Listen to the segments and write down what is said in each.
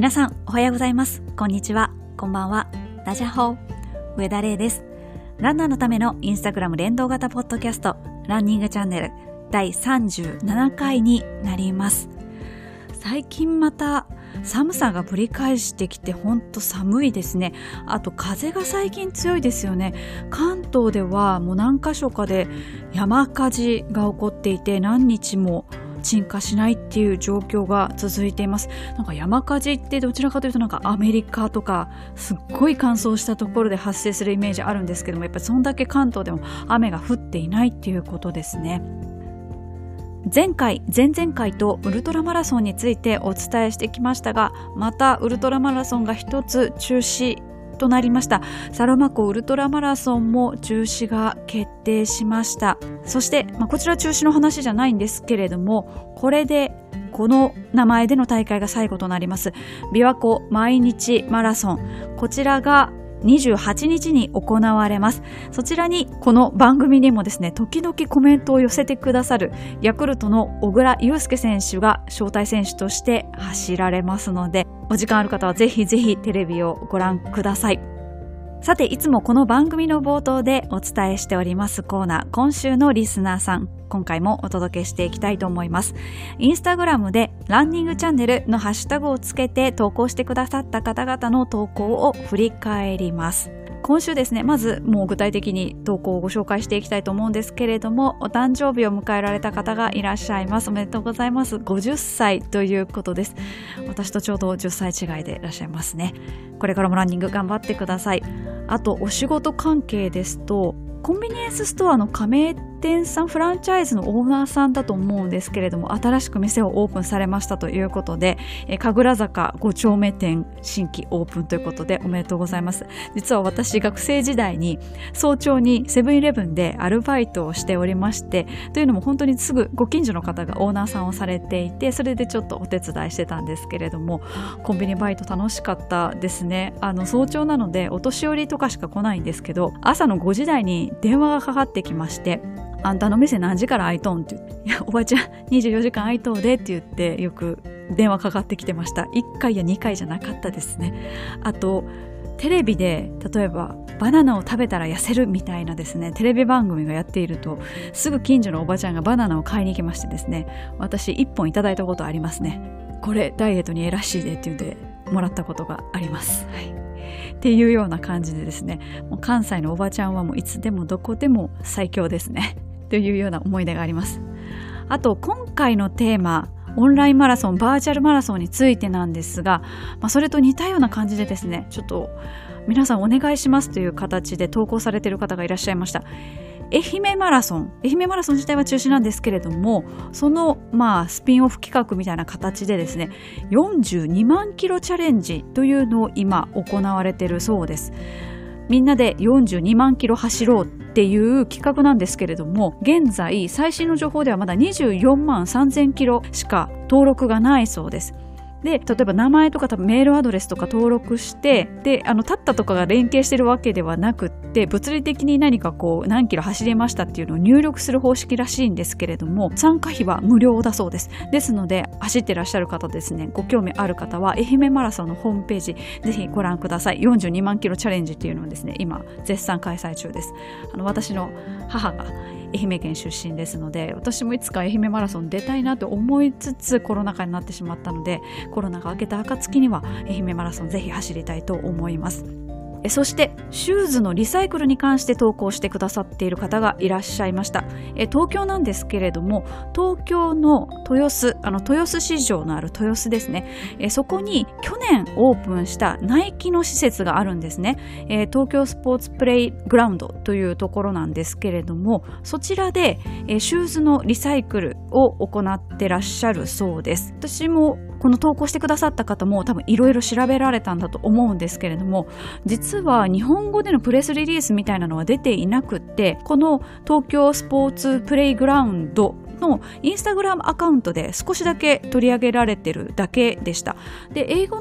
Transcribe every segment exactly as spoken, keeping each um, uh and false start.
皆さんおはようございます。こんにちは、こんばんは。ダジャホー、上田玲です。ランナーのためのインスタグラム連動型ポッドキャスト、ランニングチャンネルだいさんじゅうななかいになります。最近また寒さがぶり返してきてほんと寒いですね。あと風が最近強いですよね。関東ではもう何か所かで山火事が起こっていて、何日も鎮火しないっていう状況が続いています。なんか山火事ってどちらかというとなんかアメリカとかすっごい乾燥したところで発生するイメージあるんですけども、やっぱりそんだけ関東でも雨が降っていないっていうことですね。前回、前々回とウルトラマラソンについてお伝えしてきましたが、またウルトラマラソンが一つ中止となりました。サロマ湖ウルトラマラソンも中止が決定しました。そして、まあ、こちら中止の話じゃないんですけれども、これでこの名前での大会が最後となります琵琶湖毎日マラソン、こちらがにじゅうはちにちに行われます。そちらにこの番組にもですね、時々コメントを寄せてくださるヤクルトの小倉祐介選手が招待選手として走られますので、お時間ある方はぜひぜひテレビをご覧ください。さて、いつもこの番組の冒頭でお伝えしておりますコーナー、今週のリスナーさん、今回もお届けしていきたいと思います。インスタグラムでランニングチャンネルのハッシュタグをつけて投稿してくださった方々の投稿を振り返ります。今週ですね、まずもう具体的に投稿をご紹介していきたいと思うんですけれども、お誕生日を迎えられた方がいらっしゃいます。おめでとうございます。ごじゅっさいということです。私とちょうどじゅっさい違いでいらっしゃいますね。これからもランニング頑張ってください。あとお仕事関係ですと、コンビニエンスストアの加盟店さん、フランチャイズのオーナーさんだと思うんですけれども、新しく店をオープンされましたということで、え神楽坂ご丁目店新規オープンということでおめでとうございます。実は私学生時代に早朝にセブンイレブンでアルバイトをしておりまして、というのも本当にすぐご近所の方がオーナーさんをされていて、それでちょっとお手伝いしてたんですけれども、コンビニバイト楽しかったですね。あの早朝なのでお年寄りとかしか来ないんですけど、朝のごじ台に電話がかかってきまして、あんたの店何時から開いとんって言って、いやおばちゃんにじゅうよじかん開いとうでって言ってよく電話かかってきてました。いっかいやにかいじゃなかったですね。あとテレビで例えばバナナを食べたら痩せるみたいなですね、テレビ番組がやっていると、すぐ近所のおばちゃんがバナナを買いに行きましてですね、私いっぽんいただいたことありますね。これダイエットにええらしいでって言ってもらったことがあります。はい、っていうような感じでですね、もう関西のおばちゃんはもういつでもどこでも最強ですねというような思い出があります。あと今回のテーマ、オンラインマラソン、バーチャルマラソンについてなんですが、まあ、それと似たような感じでですね、ちょっと皆さんお願いしますという形で投稿されている方がいらっしゃいました。愛媛マラソン、愛媛マラソン自体は中止なんですけれども、そのまあスピンオフ企画みたいな形でですね、よんじゅうにまんキロチャレンジというのを今行われているそうです。みんなでよんじゅうにまんキロ走ろうっていう企画なんですけれども、現在最新の情報ではまだにじゅうよんまんさんぜんキロしか登録がないそうです。で、例えば名前とか多分メールアドレスとか登録して、で、あの、タッタとかが連携してるわけではなくって、物理的に何かこう、何キロ走れましたっていうのを入力する方式らしいんですけれども、参加費は無料だそうです。ですので、走ってらっしゃる方ですね、ご興味ある方は、愛媛マラソンのホームページ、ぜひご覧ください。よんじゅうにまんキロチャレンジっていうのをですね、今、絶賛開催中です。あの、私の母が愛媛県出身ですので、私もいつか愛媛マラソン出たいなと思いつつコロナ禍になってしまったので、コロナが明けた暁には愛媛マラソンぜひ走りたいと思います。えそしてシューズのリサイクルに関して投稿してくださっている方がいらっしゃいました。え東京なんですけれども、東京の豊洲、あの豊洲市場のある豊洲ですね、えそこに去年オープンしたナイキの施設があるんですね。え東京スポーツプレイグラウンドというところなんですけれども、そちらでえシューズのリサイクルを行ってらっしゃるそうです。私もこの投稿してくださった方も多分いろいろ調べられたんだと思うんですけれども、実は日本語でのプレスリリースみたいなのは出ていなくって、この東京スポーツプレイグラウンドのインスタグラムアカウントで少しだけ取り上げられてるだけでした。で、英語の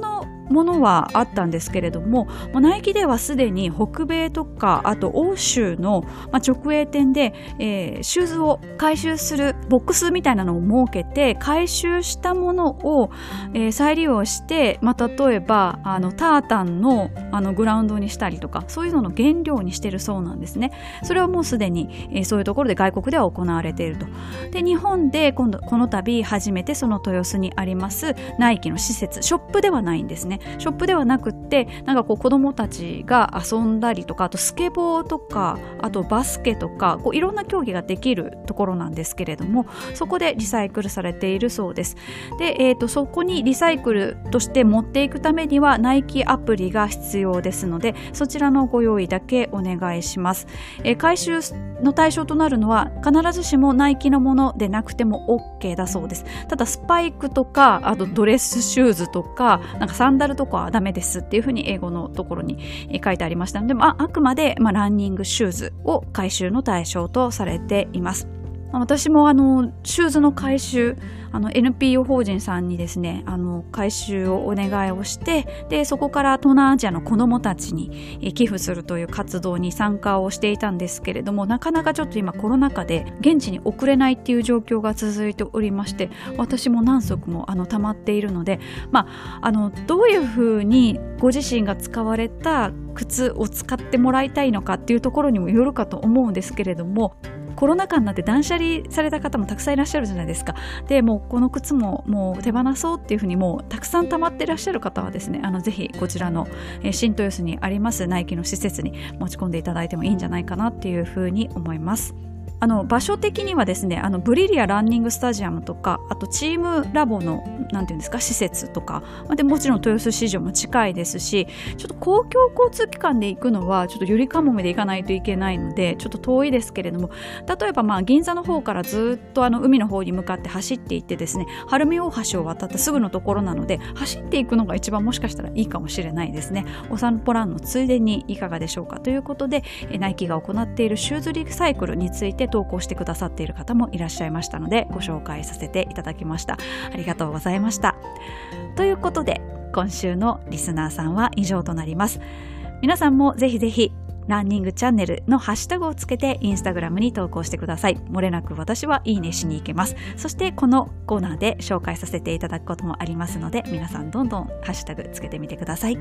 ものはあったんですけれども、ナイキではすでに北米とかあと欧州の直営店で、えー、シューズを回収するボックスみたいなのを設けて、回収したものを、えー、再利用して、まあ、例えばあのタータンの、あのグラウンドにしたりとか、そういうのの原料にしているそうなんですね。それはもうすでに、えー、そういうところで外国では行われていると。で、日本で今度この度初めてその豊洲にありますナイキの施設、ショップではないんですね。ショップではなくって、なんかこう子供たちが遊んだりとか、あとスケボーとか、あとバスケとか、こういろんな競技ができるところなんですけれども、そこでリサイクルされているそうです。で、えーと、そこにリサイクルとして持っていくためにはナイキアプリが必要ですので、そちらのご用意だけお願いします。えー、回収の対象となるのは必ずしもナイキのものでなくても OK だそうです。ただスパイクとか、あとドレスシューズとか、なんかサンダルとかはダメですっていうふうに英語のところに書いてありましたので、まあ、あくまで、まあ、ランニングシューズを回収の対象とされています。私もあのシューズの回収、あの エヌピーオー 法人さんにですね、あの回収をお願いをして、でそこから東南アジアの子どもたちに寄付するという活動に参加をしていたんですけれども、なかなかちょっと今コロナ禍で現地に送れないっていう状況が続いておりまして、私も何足もあの溜まっているので、まあ、あのどういうふうにご自身が使われた靴を使ってもらいたいのかっていうところにもよるかと思うんですけれども、コロナ禍になって断捨離された方もたくさんいらっしゃるじゃないですか。で、もうこの靴ももう手放そうっていうふうにもうたくさん溜まっていらっしゃる方はですね、あのぜひこちらの、えー、新豊洲にありますナイキの施設に持ち込んでいただいてもいいんじゃないかなっていうふうに思います。あの場所的にはですね、あのブリリアランニングスタジアムとか、あとチームラボのなんていうんですか、施設とかで、もちろん豊洲市場も近いですし、ちょっと公共交通機関で行くのはちょっとゆりかもめで行かないといけないのでちょっと遠いですけれども、例えばまあ銀座の方からずっとあの海の方に向かって走っていってですね、晴海大橋を渡ったすぐのところなので、走っていくのが一番もしかしたらいいかもしれないですね。お散歩ランのついでにいかがでしょうかということで、ナイキが行っているシューズリサイクルについて投稿してくださっている方もいらっしゃいましたので、ご紹介させていただきました。ありがとうございました。ということで、今週のリスナーさんは以上となります。皆さんもぜひぜひランニングチャンネルのハッシュタグをつけてインスタグラムに投稿してください。漏れなく私はいいねしに行けます。そしてこのコーナーで紹介させていただくこともありますので、皆さんどんどんハッシュタグつけてみてください。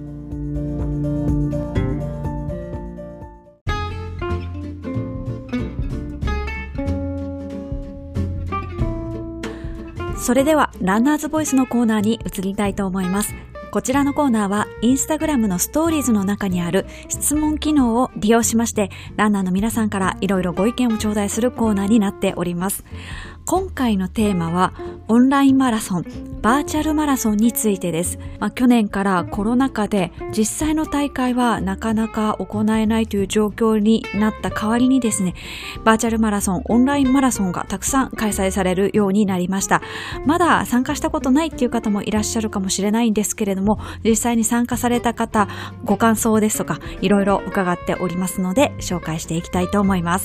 それではランナーズボイスのコーナーに移りたいと思います。こちらのコーナーはインスタグラムのストーリーズの中にある質問機能を利用しまして、ランナーの皆さんからいろいろご意見を頂戴するコーナーになっております。今回のテーマはオンラインマラソン、バーチャルマラソンについてです。まあ、去年からコロナ禍で実際の大会はなかなか行えないという状況になった代わりにですね、バーチャルマラソン、オンラインマラソンがたくさん開催されるようになりました。まだ参加したことないっていう方もいらっしゃるかもしれないんですけれども、実際に参加された方、ご感想ですとかいろいろ伺っておりますので、紹介していきたいと思います。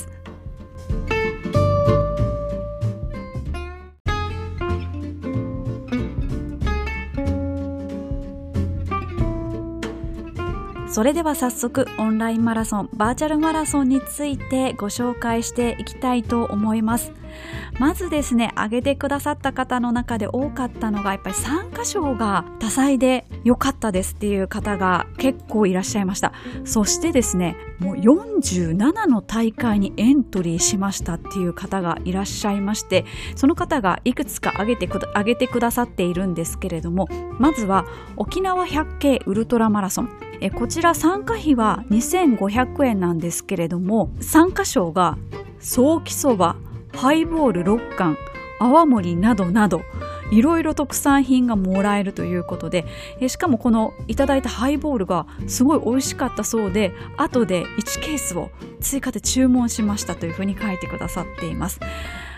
それでは早速オンラインマラソン、バーチャルマラソンについてご紹介していきたいと思います。まずですね、挙げてくださった方の中で多かったのが、やっぱり参加賞が多彩で良かったですっていう方が結構いらっしゃいました。そしてですね、もうよんじゅうななの大会にエントリーしましたっていう方がいらっしゃいまして、その方がいくつか挙げてくだ、挙げてくださっているんですけれども、まずは沖縄百景ウルトラマラソン。えこちら参加費はにせんごひゃくえんなんですけれども、参加賞がソーキそば、ハイボールろっかん、泡盛などなどいろいろ特産品がもらえるということで、えしかもこのいただいたハイボールがすごい美味しかったそうで、後でいちケースを追加で注文しましたというふうに書いてくださっています。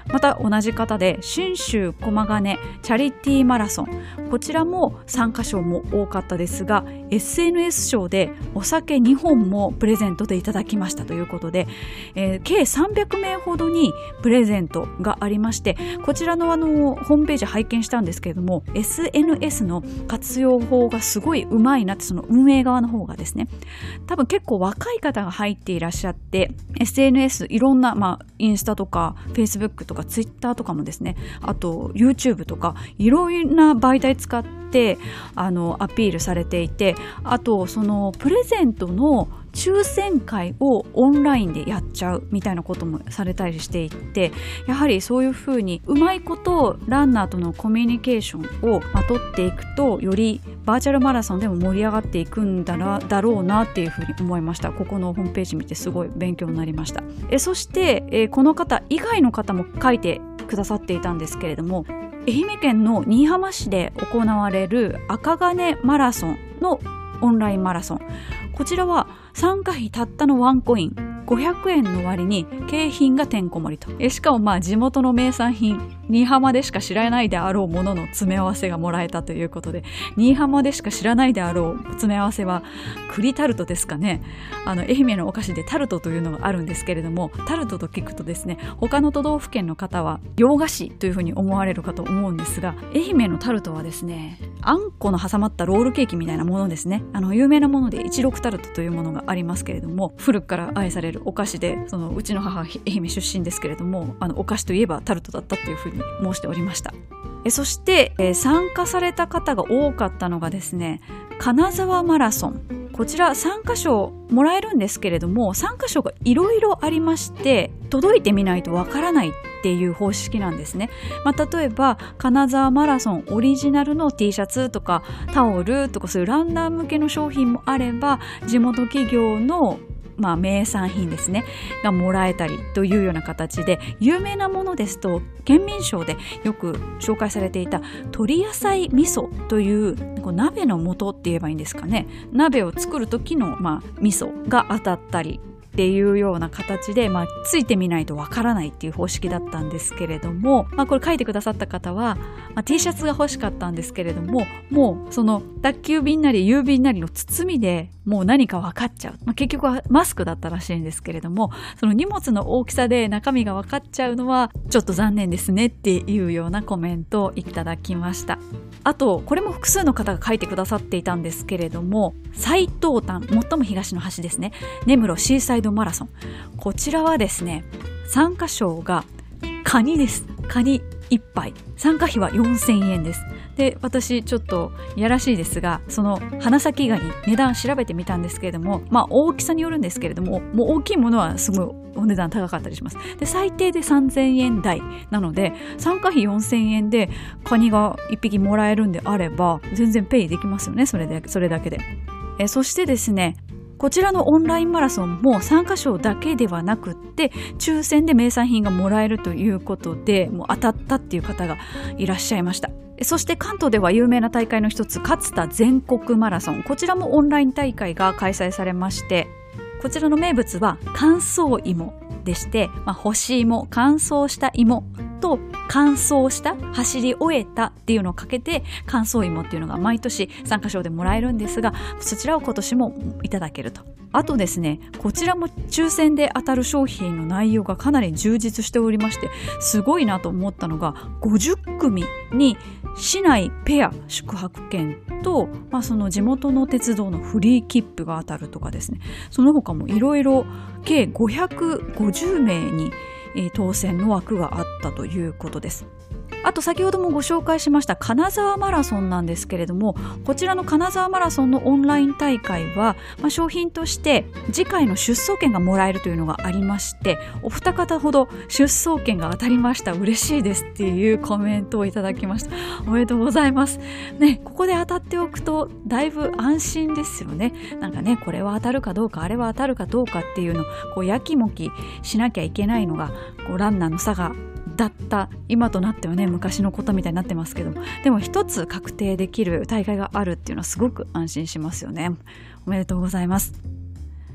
また同じ方で信州駒ヶ根チャリティーマラソン、こちらも参加賞も多かったですが エスエヌエス 賞でお酒にほんもプレゼントでいただきましたということで、えー、計さんびゃくめいほどにプレゼントがありまして、こちらのあのホームページ拝見したんですけれども エスエヌエス の活用法がすごい上手いなって、その運営側の方がですね、多分結構若い方が入っていらっしゃって エスエヌエス いろんな、まあ、インスタとか Facebook とか Twitter とかもですね、あと YouTube とかいろんな媒体使ってあのアピールされていて、あとそのプレゼントの抽選会をオンラインでやっちゃうみたいなこともされたりしていて、やはりそういうふうにうまいことランナーとのコミュニケーションをまとっていくと、よりバーチャルマラソンでも盛り上がっていくんだなだろうなっていうふうに思いました。ここのホームページ見てすごい勉強になりました。えそして、えー、この方以外の方も書いてくださっていたんですけれども、愛媛県の新居浜市で行われる赤金マラソンのオンラインマラソン、こちらは参加費たったのワンコインごひゃくえんの割に景品がてんこ盛りと、えしかもまあ地元の名産品、新居浜でしか知らないであろうものの詰め合わせがもらえたということで、新居浜でしか知らないであろう詰め合わせは栗タルトですかね。あの愛媛のお菓子でタルトというのがあるんですけれども、タルトと聞くとですね、他の都道府県の方は洋菓子というふうに思われるかと思うんですが、愛媛のタルトはですね、あんこの挟まったロールケーキみたいなものですね。あの有名なもので一六タルトというものがありますけれども、古くから愛されるお菓子で、そのうちの母は愛媛出身ですけれども、あのお菓子といえばタルトだったっていうふうに申しておりました。えそして、えー、参加された方が多かったのがですね、金沢マラソン、こちら参加賞もらえるんですけれども、参加賞がいろいろありまして、届いてみないとわからないっていう方式なんですね。まあ、例えば金沢マラソンオリジナルの T シャツとかタオルとか、そういうランナー向けの商品もあれば、地元企業のまあ、名産品ですねがもらえたりというような形で、有名なものですと県民賞でよく紹介されていた鶏野菜味噌というこう鍋の素って言えばいいんですかね、鍋を作る時の、まあ、味噌が当たったりっていうような形で、まあ、ついてみないとわからないっていう方式だったんですけれども、まあ、これ書いてくださった方は、まあ、T シャツが欲しかったんですけれども、もうその宅急便なり郵便なりの包みでもう何か分かっちゃう、まあ、結局はマスクだったらしいんですけれども、その荷物の大きさで中身が分かっちゃうのはちょっと残念ですねっていうようなコメントをいただきました。あとこれも複数の方が書いてくださっていたんですけれども、最東端、最も東の端ですね、根室シーサイドマラソン、こちらはですね、参加賞がカニです。カニいっぱい、参加費はよんせんえんです。で、私ちょっとやらしいですが、その花咲ガニ値段調べてみたんですけれども、まあ大きさによるんですけれども、もう大きいものはすごいお値段高かったりします。で、最低でさんぜんえん台なので、参加費よんせんえんでカニがいっぴきもらえるんであれば全然ペイできますよね、それで、それだけで。えそしてですね、こちらのオンラインマラソンも参加賞だけではなくって、抽選で名産品がもらえるということで、もう当たったっていう方がいらっしゃいました。そして関東では有名な大会の一つ、勝田全国マラソン、こちらもオンライン大会が開催されまして、こちらの名物は乾燥芋でして、まあ、干し芋、乾燥した芋と乾燥した走り終えたっていうのをかけて乾燥芋っていうのが毎年参加賞でもらえるんですが、そちらを今年もいただけると。あとですね、こちらも抽選で当たる商品の内容がかなり充実しておりまして、すごいなと思ったのが、ごじゅっくみに市内ペア宿泊券と、まあ、その地元の鉄道のフリー切符が当たるとかですね、その他もいろいろ計ごひゃくごじゅうめいにえー、当選の枠があったということです。あと先ほどもご紹介しました金沢マラソンなんですけれども、こちらの金沢マラソンのオンライン大会は、まあ、商品として次回の出走券がもらえるというのがありまして、お二方ほど出走券が当たりました、嬉しいですっていうコメントをいただきました。おめでとうございますね。ここで当たっておくとだいぶ安心ですよね。なんかね、これは当たるかどうか、あれは当たるかどうかっていうのをこうやきもきしなきゃいけないのがこうランナーの差がだった今となってはね、昔のことみたいになってますけど、でも一つ確定できる大会があるっていうのはすごく安心しますよね。おめでとうございます。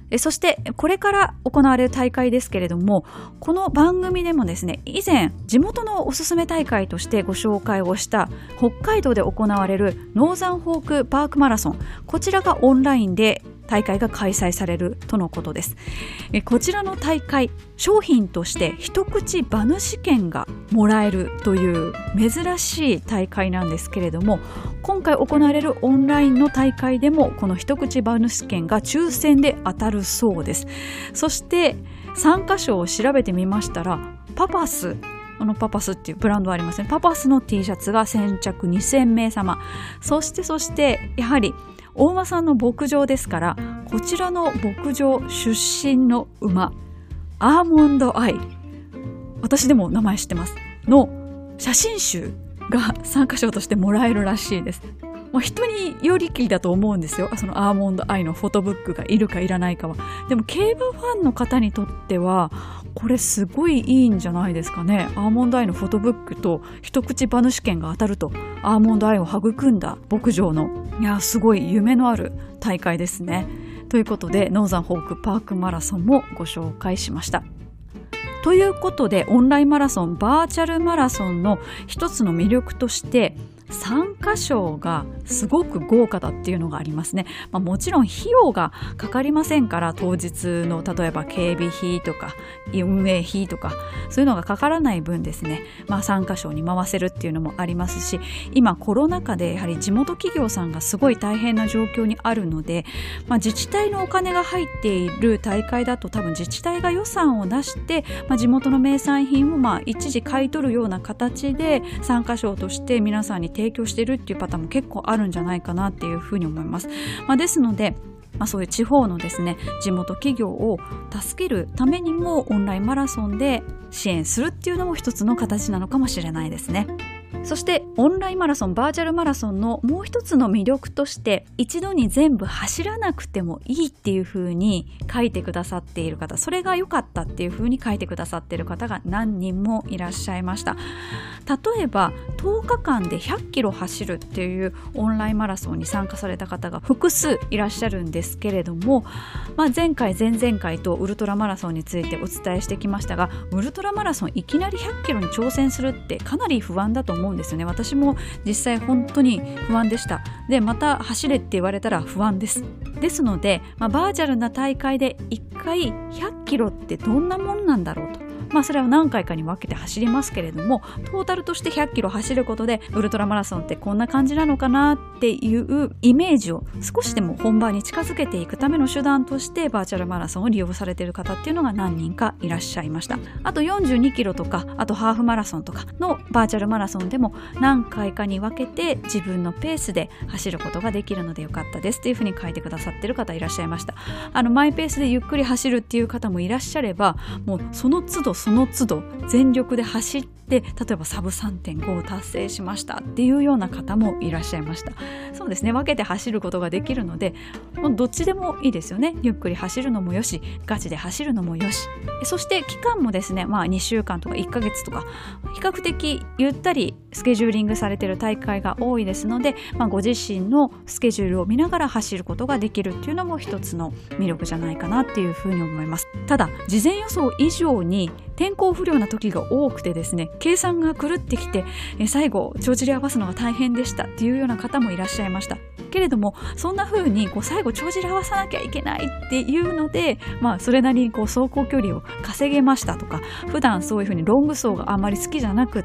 えそしてこれから行われる大会ですけれども、この番組でもですね、以前地元のおすすめ大会としてご紹介をした北海道で行われるノーザンホークパークマラソン、こちらがオンラインで大会が開催されるとのことです。えこちらの大会、商品として一口馬主券がもらえるという珍しい大会なんですけれども、今回行われるオンラインの大会でもこの一口馬主券が抽選で当たるそうです。そして参加賞を調べてみましたら、パパスあのパパスっていうブランドはありますね。パパスの T シャツが先着にせんめいさま、そしてそしてやはり大間さんの牧場ですから、こちらの牧場出身の馬アーモンドアイ、私でも名前知ってますの写真集が参加賞としてもらえるらしいです。まあ、人によりきりだと思うんですよ、そのアーモンドアイのフォトブックがいるかいらないかは。でも競馬ファンの方にとってはこれすごいいいんじゃないですかね。アーモンドアイのフォトブックと一口馬主券が当たると、アーモンドアイを育んだ牧場の、いやすごい夢のある大会ですね。ということでノーザンホークパークマラソンもご紹介しました。ということでオンラインマラソン、バーチャルマラソンの一つの魅力として参加賞がすごく豪華だっていうのがありますね。まあ、もちろん費用がかかりませんから、当日の例えば警備費とか運営費とかそういうのがかからない分ですね、まあ、参加賞に回せるっていうのもありますし、今コロナ禍でやはり地元企業さんがすごい大変な状況にあるので、まあ、自治体のお金が入っている大会だと多分自治体が予算を出して、まあ、地元の名産品をまあ一時買い取るような形で参加賞として皆さんに提供しているっていうパターンも結構あるんじゃないかなっていうふうに思います。まあ、ですので、まあ、そういう地方のですね地元企業を助けるためにもオンラインマラソンで支援するっていうのも一つの形なのかもしれないですね。そしてオンラインマラソン、バーチャルマラソンのもう一つの魅力として、一度に全部走らなくてもいいっていう風に書いてくださっている方、それが良かったっていう風に書いてくださっている方が何人もいらっしゃいました。例えばとおかかんでひゃっキロ走るっていうオンラインマラソンに参加された方が複数いらっしゃるんですけれども、まあ、前回前々回とウルトラマラソンについてお伝えしてきましたが、ウルトラマラソンいきなりひゃっキロに挑戦するってかなり不安だと思うんですよね。私も実際本当に不安でした。で、また走れって言われたら不安です。ですので、まあ、バーチャルな大会でいっかいひゃっキロってどんなもんなんだろうと、まあ、それは何回かに分けて走りますけれども、トータルとしてひゃっキロ走ることでウルトラマラソンってこんな感じなのかなっていうイメージを少しでも本番に近づけていくための手段としてバーチャルマラソンを利用されている方っていうのが何人かいらっしゃいました。あとよんじゅうにキロとか、あとハーフマラソンとかのバーチャルマラソンでも何回かに分けて自分のペースで走ることができるのでよかったですっていうふうに書いてくださっている方いらっしゃいました。あのマイペースでゆっくり走るっていう方もいらっしゃれば、もうその都度その都度全力で走って、例えばサブ さんてんご を達成しましたっていうような方もいらっしゃいました。そうですね、分けて走ることができるので、もうどっちでもいいですよね。ゆっくり走るのもよし、ガチで走るのもよし。そして期間もですね、まあにしゅうかんとかいっかげつとか比較的ゆったりスケジューリングされている大会が多いですので、まあ、ご自身のスケジュールを見ながら走ることができるっていうのも一つの魅力じゃないかなっていうふうに思います。ただ事前予想以上に天候不良な時が多くてですね、計算が狂ってきて最後帳尻合わすのが大変でしたっていうような方もいらっしゃいましたけれども、そんな風にこう最後帳尻合わさなきゃいけないっていうので、まあ、それなりにこう走行距離を稼げましたとか、普段そういう風にロング走があまり好きじゃなくって、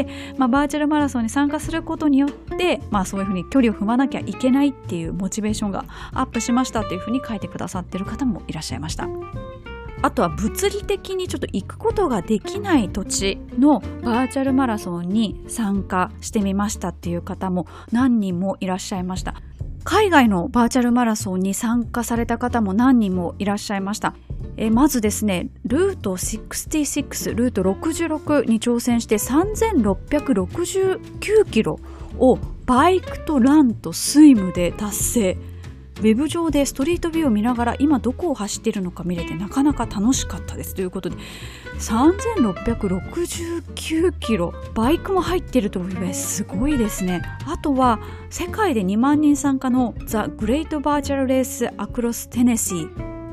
まあ、バーチャルマラソンに参加することによって、まあ、そういう風に距離を踏まなきゃいけないっていうモチベーションがアップしましたっていう風に書いてくださっている方もいらっしゃいました。あとは物理的にちょっと行くことができない土地のバーチャルマラソンに参加してみましたっていう方も何人もいらっしゃいました。海外のバーチャルマラソンに参加された方も何人もいらっしゃいました。えまずですね、ルートろくじゅうろく、ルートろくじゅうろくに挑戦してさんぜんろっぴゃくろくじゅうきゅうキロをバイクとランとスイムで達成。ウェブ上でストリートビューを見ながら今どこを走っているのか見れてなかなか楽しかったですということで、さんぜんろっぴゃくろくじゅうきゅうキロ、バイクも入っているというね、すごいですね。あとは世界でにまんにん参加のザ・グレート・バーチャル・レース・アクロス・テネシー、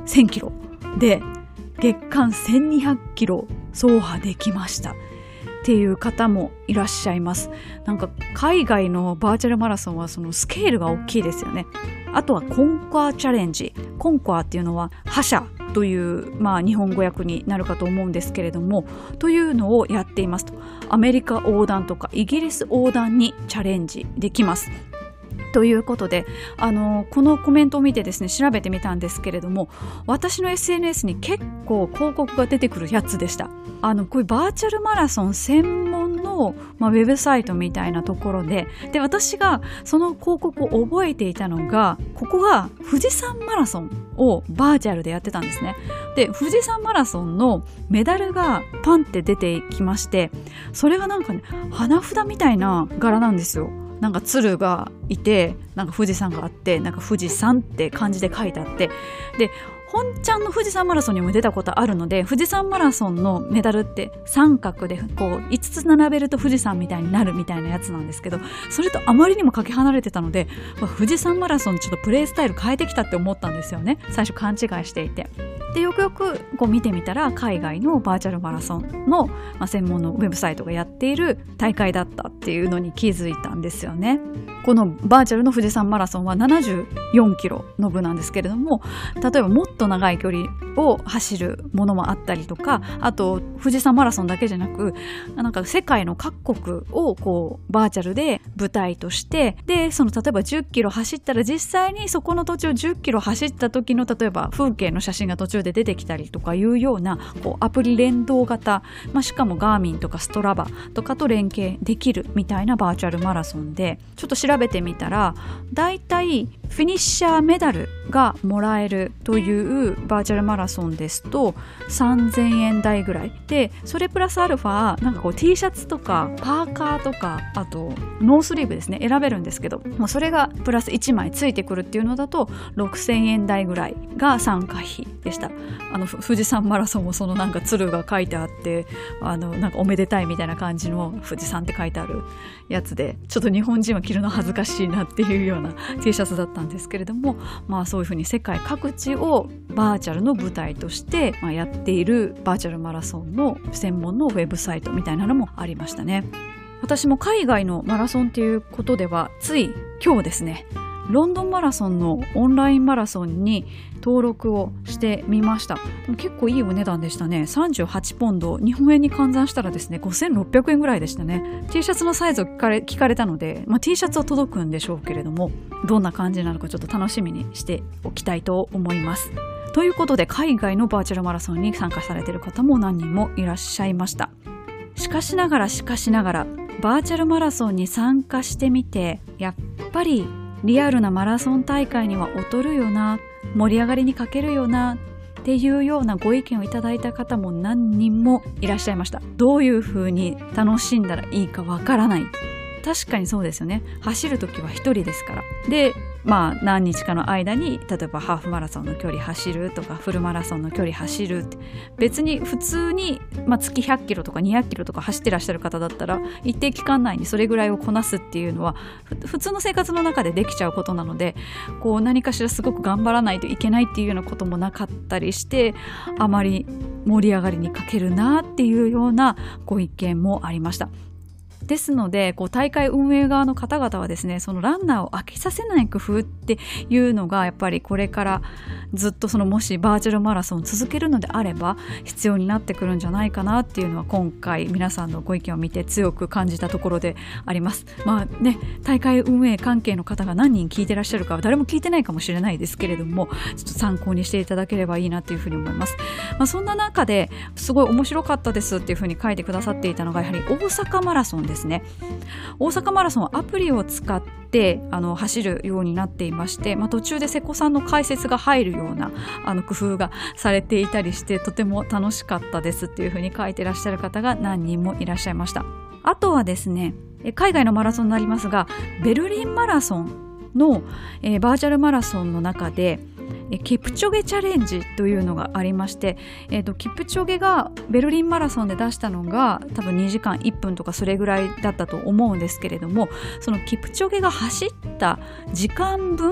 せんキロで月間せんにひゃくキロ走破できましたっていう方もいらっしゃいます。なんか海外のバーチャルマラソンはそのスケールが大きいですよね。あとはコンコアチャレンジ。コンコアっていうのは覇者という、まあ、日本語訳になるかと思うんですけれども、というのをやっていますと。アメリカ横断とかイギリス横断にチャレンジできます。ということで、あのこのコメントを見てですね、調べてみたんですけれども、私の エスエヌエス に結構広告が出てくるやつでした。あのこういうバーチャルマラソン専門の、まあ、ウェブサイトみたいなところで、で私がその広告を覚えていたのが、ここが富士山マラソンをバーチャルでやってたんですね。で富士山マラソンのメダルがパンって出てきまして、それがなんかね、花札みたいな柄なんですよ。なんか鶴がいて、なんか富士山があって、なんか富士山って漢字で書いてあって、で本ちゃんの富士山マラソンにも出たことあるので、富士山マラソンのメダルって三角でこういつつ並べると富士山みたいになるみたいなやつなんですけど、それとあまりにもかけ離れてたので、富士山マラソンちょっとプレイスタイル変えてきたって思ったんですよね。最初勘違いしていて、でよくよくこう見てみたら、海外のバーチャルマラソンの、まあ、専門のウェブサイトがやっている大会だったっていうのに気づいたんですよね。このバーチャルの富士山マラソンはななじゅうよんキロの部なんですけれども、例えばもっと長い距離を走るものもあったりとか、あと富士山マラソンだけじゃなく、なんか世界の各国をこうバーチャルで舞台として、でその例えばじゅっキロ走ったら、実際にそこの途中じゅっキロ走った時の例えば風景の写真が途中で出てきたりとかいうようなこうアプリ連動型、まあ、しかもガーミンとかストラバとかと連携できるみたいなバーチャルマラソンで、ちょっと調べてみたら、だいたいフィニッシャーメダルがもらえるというバーチャルマラソンですとさんぜんえん台ぐらいで、それプラスアルファなんかこう T シャツとかパーカーとか、あとノースリーブですね、選べるんですけど、もうそれがプラスいちまいついてくるっていうのだとろくせんえん台ぐらいが参加費でした。あの富士山マラソンもそのなんか鶴が書いてあって、あのなんかおめでたいみたいな感じの富士山って書いてあるやつで、ちょっと日本人は着るの恥ずかしいなっていうような T シャツだったんですけれども、まあそういうふうに世界各地をバーチャルの舞台として、まあ、やっているバーチャルマラソンの専門のウェブサイトみたいなのもありましたね。私も海外のマラソンっていうことでは、つい今日ですね、ロンドンマラソンのオンラインマラソンに登録をしてみました。でも結構いいお値段でしたね。さんじゅうはちポンド、日本円に換算したらですね、ごせんろっぴゃくえんぐらいでしたね。T シャツのサイズを聞かれ、聞かれたので、まあ、T シャツは届くんでしょうけれども、どんな感じなのかちょっと楽しみにしておきたいと思います。ということで、海外のバーチャルマラソンに参加されている方も何人もいらっしゃいました。しかしながらしかしながらバーチャルマラソンに参加してみて、やっぱりリアルなマラソン大会には劣るよな、盛り上がりに欠けるよなっていうようなご意見をいただいた方も何人もいらっしゃいました。どういう風に楽しんだらいいかわからない。確かにそうですよね。走るときは一人ですから。で、まあ何日かの間に例えばハーフマラソンの距離走るとかフルマラソンの距離走るって、別に普通に、まあ、月ひゃっキロとかにひゃっキロとか走ってらっしゃる方だったら一定期間内にそれぐらいをこなすっていうのは普通の生活の中でできちゃうことなので、こう何かしらすごく頑張らないといけないっていうようなこともなかったりして、あまり盛り上がりに欠けるなっていうようなご意見もありました。ですので、こう大会運営側の方々はですね、そのランナーを飽きさせない工夫っていうのがやっぱりこれからずっとそのもしバーチャルマラソンを続けるのであれば必要になってくるんじゃないかなっていうのは今回皆さんのご意見を見て強く感じたところであります。まあね、大会運営関係の方が何人聞いてらっしゃるかは誰も聞いてないかもしれないですけれども、ちょっと参考にしていただければいいなっていうふうに思います。まあ、そんな中ですごい面白かったですっていうふうに書いてくださっていたのがやはり大阪マラソンですね。大阪マラソンはアプリを使ってあの走るようになっていまして、まあ、途中で瀬古さんの解説が入るようなあの工夫がされていたりして、とても楽しかったですっていうふうに書いてらっしゃる方が何人もいらっしゃいました。あとはですね、海外のマラソンになりますが、ベルリンマラソンの、えー、バーチャルマラソンの中でキプチョゲチャレンジというのがありまして、えーと、キプチョゲがベルリンマラソンで出したのが多分にじかんいっぷんとかそれぐらいだったと思うんですけれども、そのキプチョゲが走った時間分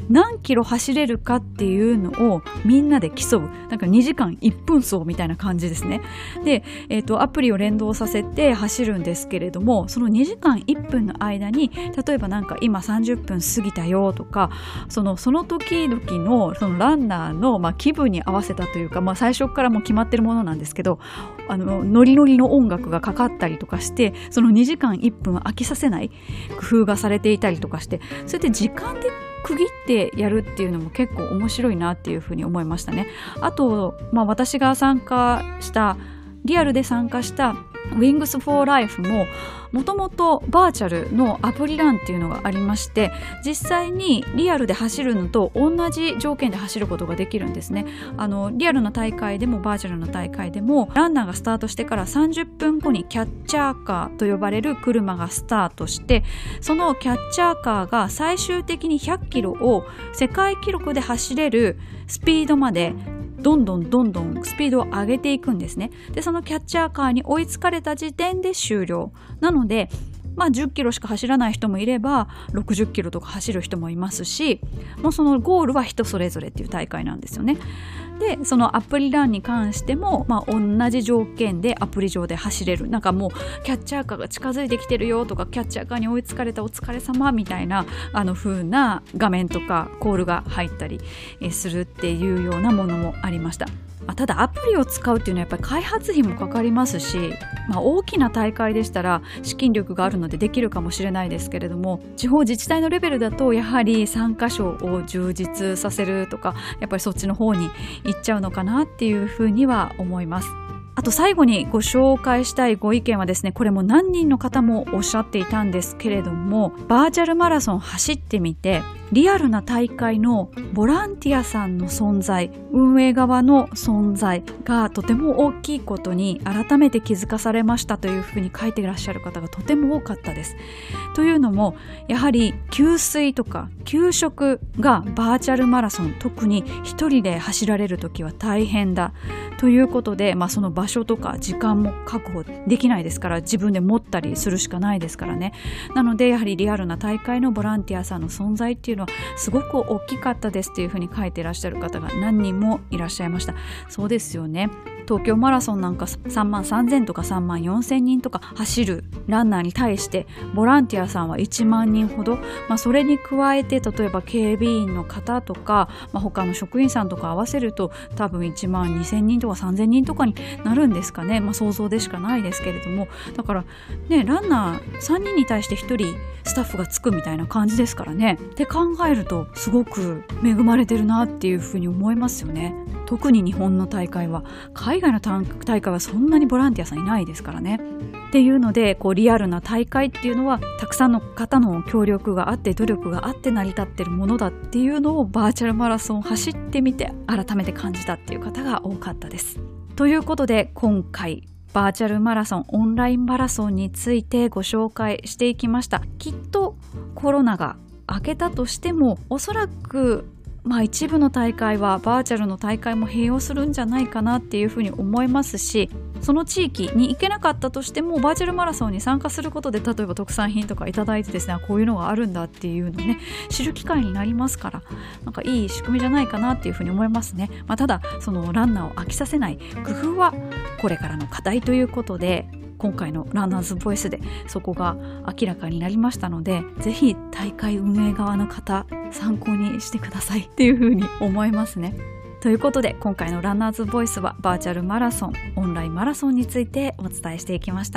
何キロ走れるかっていうのをみんなで競う、なんかにじかんいっぷん走みたいな感じですね。で、えっと、アプリを連動させて走るんですけれども、そのにじかんいっぷんの間に、例えばなんか今さんじゅっぷん過ぎたよとか、そのその時々のそのランナーの、まあ、気分に合わせたというか、まあ、最初からもう決まってるものなんですけど、あのノリノリの音楽がかかったりとかして、そのにじかんいっぷん飽きさせない工夫がされていたりとかして、それで時間で区切ってやるっていうのも結構面白いなっていうふうに思いましたね。あと、まあ、私が参加したリアルで参加した Wings for Life ももともとバーチャルのアプリランっていうのがありまして、実際にリアルで走るのと同じ条件で走ることができるんですね。あのリアルの大会でもバーチャルの大会でも、ランナーがスタートしてからさんじゅっぷんごにキャッチャーカーと呼ばれる車がスタートして、そのキャッチャーカーが最終的にひゃっキロを世界記録で走れるスピードまでどんどんどんどんスピードを上げていくんですね。で、そのキャッチャーカーに追いつかれた時点で終了なので、まあ、じゅっキロしか走らない人もいればろくじゅっキロとか走る人もいますし、もうそのゴールは人それぞれっていう大会なんですよね。で、そのアプリランに関しても、まあ、同じ条件でアプリ上で走れる、なんかもうキャッチャーカーが近づいてきてるよとか、キャッチャーカーに追いつかれたお疲れ様みたいなあの風な画面とかコールが入ったりするっていうようなものもありました。まあ、ただアプリを使うっていうのはやっぱり開発費もかかりますし、まあ、大きな大会でしたら資金力があるのでできるかもしれないですけれども、地方自治体のレベルだとやはり参加賞を充実させるとか、やっぱりそっちの方に行っちゃうのかなっていうふうには思います。あと最後にご紹介したいご意見はですね、これも何人の方もおっしゃっていたんですけれども、バーチャルマラソン走ってみてリアルな大会のボランティアさんの存在、運営側の存在がとても大きいことに改めて気づかされましたというふうに書いていらっしゃる方がとても多かったです。というのも、やはり給水とか給食がバーチャルマラソン、特に一人で走られるときは大変だということで、まあ、その場所とか時間も確保できないですから、自分で持ったりするしかないですからね。なのでやはりリアルな大会のボランティアさんの存在っていうのはすごく大きかったですというふうに書いていらっしゃる方が何人もいらっしゃいました。そうですよね。東京マラソンなんかさんまんさんぜんとかさんまんよんせんにんとか走るランナーに対してボランティアさんはいちまんにんほど、まあ、それに加えて例えば警備員の方とか、まあ、他の職員さんとか合わせると多分いちまんにせんにんとかさんぜんにんとかになるんですかね。まあ、想像でしかないですけれども、だからね、ランナーさんにんに対してひとりスタッフがつくみたいな感じですからね。って考えるとすごく恵まれてるなっていうふうに思いますよね。特に日本の大会は、海外の大会はそんなにボランティアさんいないですからね。っていうので、こうリアルな大会っていうのはたくさんの方の協力があって努力があって成り立ってるものだっていうのをバーチャルマラソンを走ってみて改めて感じたっていう方が多かったです。ということで、今回バーチャルマラソン、オンラインマラソンについてご紹介していきました。きっとコロナが明けたとしても、おそらくまあ一部の大会はバーチャルの大会も併用するんじゃないかなっていうふうに思いますし、その地域に行けなかったとしてもバーチャルマラソンに参加することで、例えば特産品とかいただいてですね、こういうのがあるんだっていうのをね、知る機会になりますから、なんかいい仕組みじゃないかなっていうふうに思いますね。まあ、ただそのランナーを飽きさせない工夫はこれからの課題ということで、今回のランナーズボイスでそこが明らかになりましたので、ぜひ大会運営側の方参考にしてくださいっていうふうに思いますね。ということで、今回のランナーズボイスはバーチャルマラソン、オンラインマラソンについてお伝えしていきました。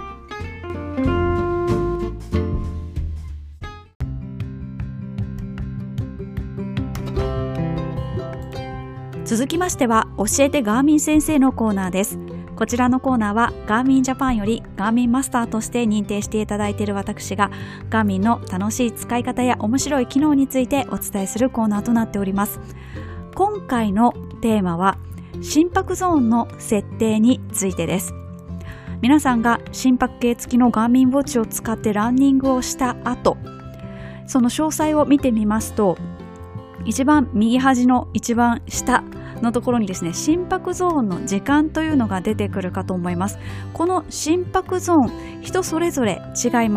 続きましては、教えてガーミン先生のコーナーです。こちらのコーナーはガーミンジャパンよりガーミンマスターとして認定していただいている私が、ガーミンの楽しい使い方や面白い機能についてお伝えするコーナーとなっております。今回のテーマは心拍ゾーンの設定についてです。皆さんが心拍計付きのガーミンウォッチを使ってランニングをした後、その詳細を見てみますと、一番右端の一番下のところにですね、心拍ゾーンの時間というのが出てくるかと思います。この心拍ゾーン、人それぞれ違います。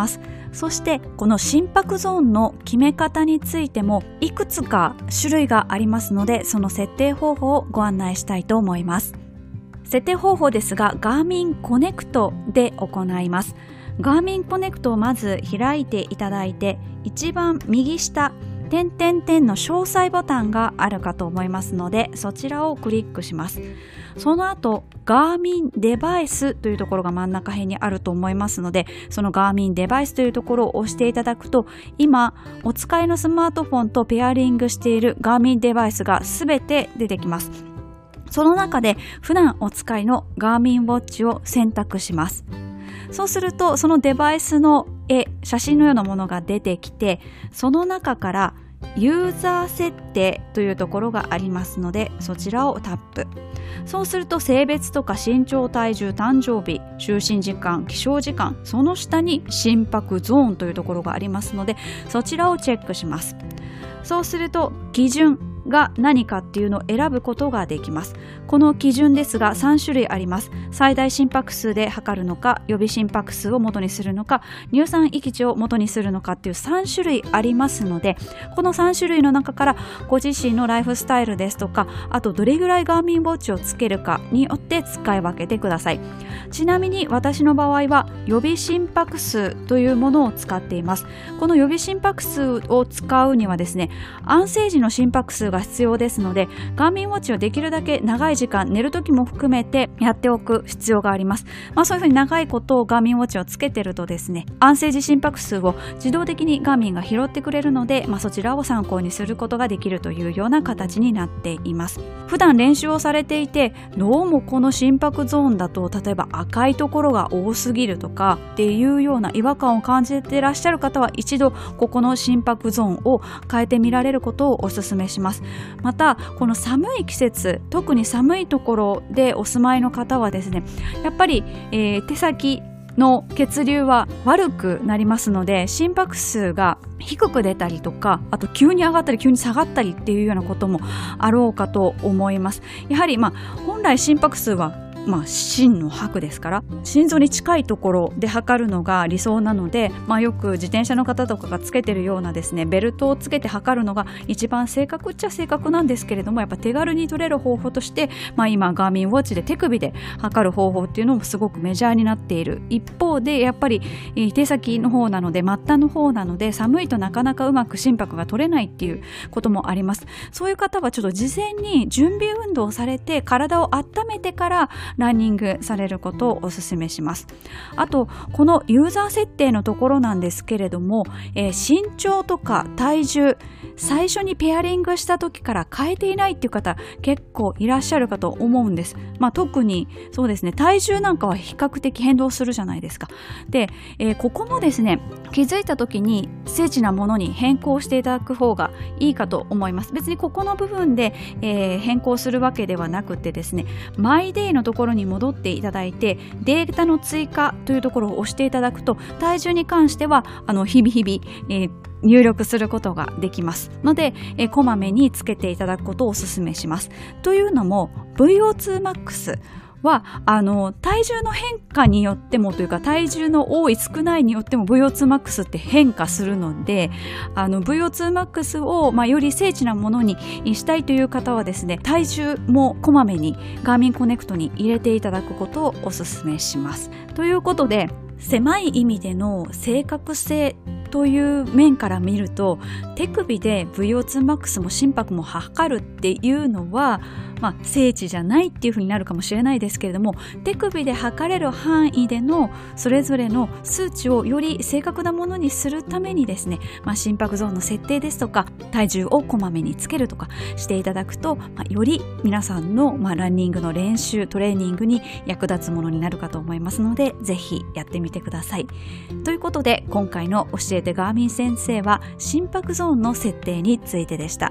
そしてこの心拍ゾーンの決め方についてもいくつか種類がありますので、その設定方法をご案内したいと思います。設定方法ですが、ガーミンコネクトで行います。ガーミンコネクトをまず開いていただいて、一番右下点点点の詳細ボタンがあるかと思いますので、そちらをクリックします。その後、ガーミンデバイスというところが真ん中辺にあると思いますので、そのガーミンデバイスというところを押していただくと、今お使いのスマートフォンとペアリングしているガーミンデバイスがすべて出てきます。その中で普段お使いのガーミンウォッチを選択します。そうするとそのデバイスの絵、写真のようなものが出てきて、その中からユーザー設定というところがありますので、そちらをタップ。そうすると性別とか身長、体重、誕生日、就寝時間、起床時間、その下に心拍ゾーンというところがありますので、そちらをチェックします。そうすると基準が何かっていうのを選ぶことができます。この基準ですがさん種類あります。最大心拍数で測るのか、予備心拍数を元にするのか、乳酸域値を元にするのかっていうさん種類ありますので、このさん種類の中からご自身のライフスタイルですとか、あとどれぐらいガーミンウォッチをつけるかによって使い分けてください。ちなみに私の場合は予備心拍数というものを使っています。この予備心拍数を使うにはですね、安静時の心拍数が必要ですので、ガーミンウォッチをできるだけ長い時間、寝る時も含めてやっておく必要があります。まあ、そういうふうに長いことをガーミンウォッチをつけてるとですね、安静時心拍数を自動的にガーミンが拾ってくれるので、まあ、そちらを参考にすることができるというような形になっています。普段練習をされていて、どうもこの心拍ゾーンだと例えば赤いところが多すぎるとかっていうような違和感を感じていらっしゃる方は、一度ここの心拍ゾーンを変えてみられることをお勧めします。またこの寒い季節、特に寒いところでお住まいの方はですね、やっぱり、えー、手先の血流は悪くなりますので、心拍数が低く出たりとか、あと急に上がったり急に下がったりっていうようなこともあろうかと思います。やはり、まあ、本来心拍数はまあ、心の拍ですから、心臓に近いところで測るのが理想なので、まあ、よく自転車の方とかがつけてるようなですね、ベルトをつけて測るのが一番正確っちゃ正確なんですけれども、やっぱ手軽に取れる方法として、まあ、今ガーミンウォッチで手首で測る方法っていうのもすごくメジャーになっている一方で、やっぱり手先の方なので、末端の方なので、寒いとなかなかうまく心拍が取れないっていうこともあります。そういう方はちょっと事前に準備運動をされて、体を温めてからランニングされることをお勧めします。あとこのユーザー設定のところなんですけれども、えー、身長とか体重、最初にペアリングした時から変えていないっていう方結構いらっしゃるかと思うんです。まあ、特にそうですね、体重なんかは比較的変動するじゃないですか。で、えー、ここもですね、気づいた時に精緻なものに変更していただく方がいいかと思います。別にここの部分で、えー、変更するわけではなくてですね、マイデイのところに戻っていただいて、データの追加というところを押していただくと、体重に関してはあの日々日々、えー入力することができますので、えこまめにつけていただくことをお勧めします。というのも ブイオーツーマックス はあの体重の変化によってもというか、体重の多い少ないによっても ブイオーツーマックス って変化するので、あの ブイオーツーマックス を、まあ、より精緻なものにしたいという方はですね、体重もこまめにガーミンコネクトに入れていただくことをお勧めします。ということで、狭い意味での正確性という面から見ると、手首で ブイオーツーマックス も心拍も測るっていうのは、まあ、精緻じゃないっていう風になるかもしれないですけれども、手首で測れる範囲でのそれぞれの数値をより正確なものにするためにですね、まあ、心拍ゾーンの設定ですとか、体重をこまめにつけるとかしていただくと、まあ、より皆さんの、まあ、ランニングの練習、トレーニングに役立つものになるかと思いますので、ぜひやってみてください。ということで、今回の教えてガーミン先生は心拍ゾーンの設定についてでした。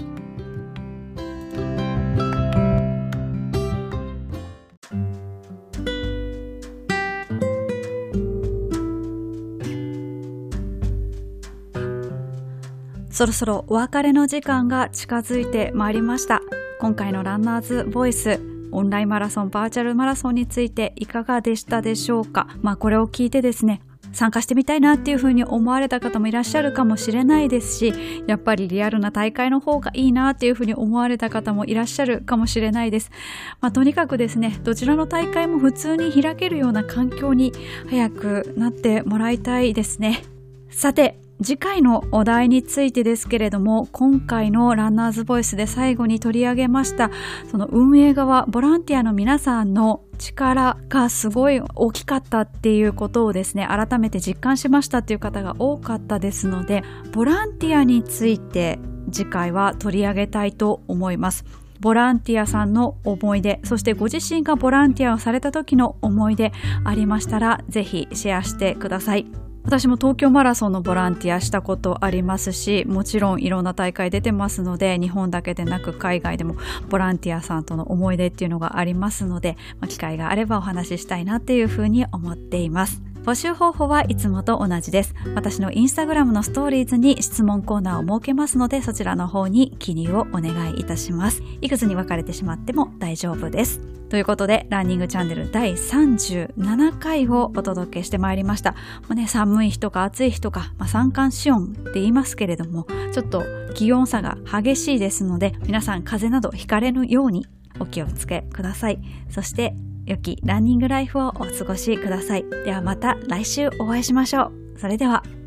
そろそろお別れの時間が近づいてまいりました。今回のランナーズボイスオンラインマラソン、バーチャルマラソンについていかがでしたでしょうか。まあこれを聞いてですね、 参加してみたいなっていうふうに思われた方もいらっしゃるかもしれないですし、やっぱりリアルな大会の方がいいなっていうふうに思われた方もいらっしゃるかもしれないです。まあ、とにかくですね、どちらの大会も普通に開けるような環境に早くなってもらいたいですね。さて、次回のお題についてですけれども、今回のランナーズボイスで最後に取り上げました、その運営側、ボランティアの皆さんの力がすごい大きかったっていうことをですね、改めて実感しましたっていう方が多かったですので、ボランティアについて次回は取り上げたいと思います。ボランティアさんの思い出、そしてご自身がボランティアをされた時の思い出ありましたら、ぜひシェアしてください。私も東京マラソンのボランティアしたことありますし、もちろんいろんな大会出てますので、日本だけでなく海外でもボランティアさんとの思い出っていうのがありますので、機会があればお話ししたいなっていうふうに思っています。募集方法はいつもと同じです。私のインスタグラムのストーリーズに質問コーナーを設けますので、そちらの方に記入をお願いいたします。いくつに分かれてしまっても大丈夫です。ということで、ランニングチャンネルだいさんじゅうななかいをお届けしてまいりました。まあね、寒い日とか暑い日とか、まあ、三寒四温って言いますけれども、ちょっと気温差が激しいですので、皆さん風邪などひかれぬようにお気をつけください。そして良きランニングライフをお過ごしください。ではまた来週お会いしましょう。それでは。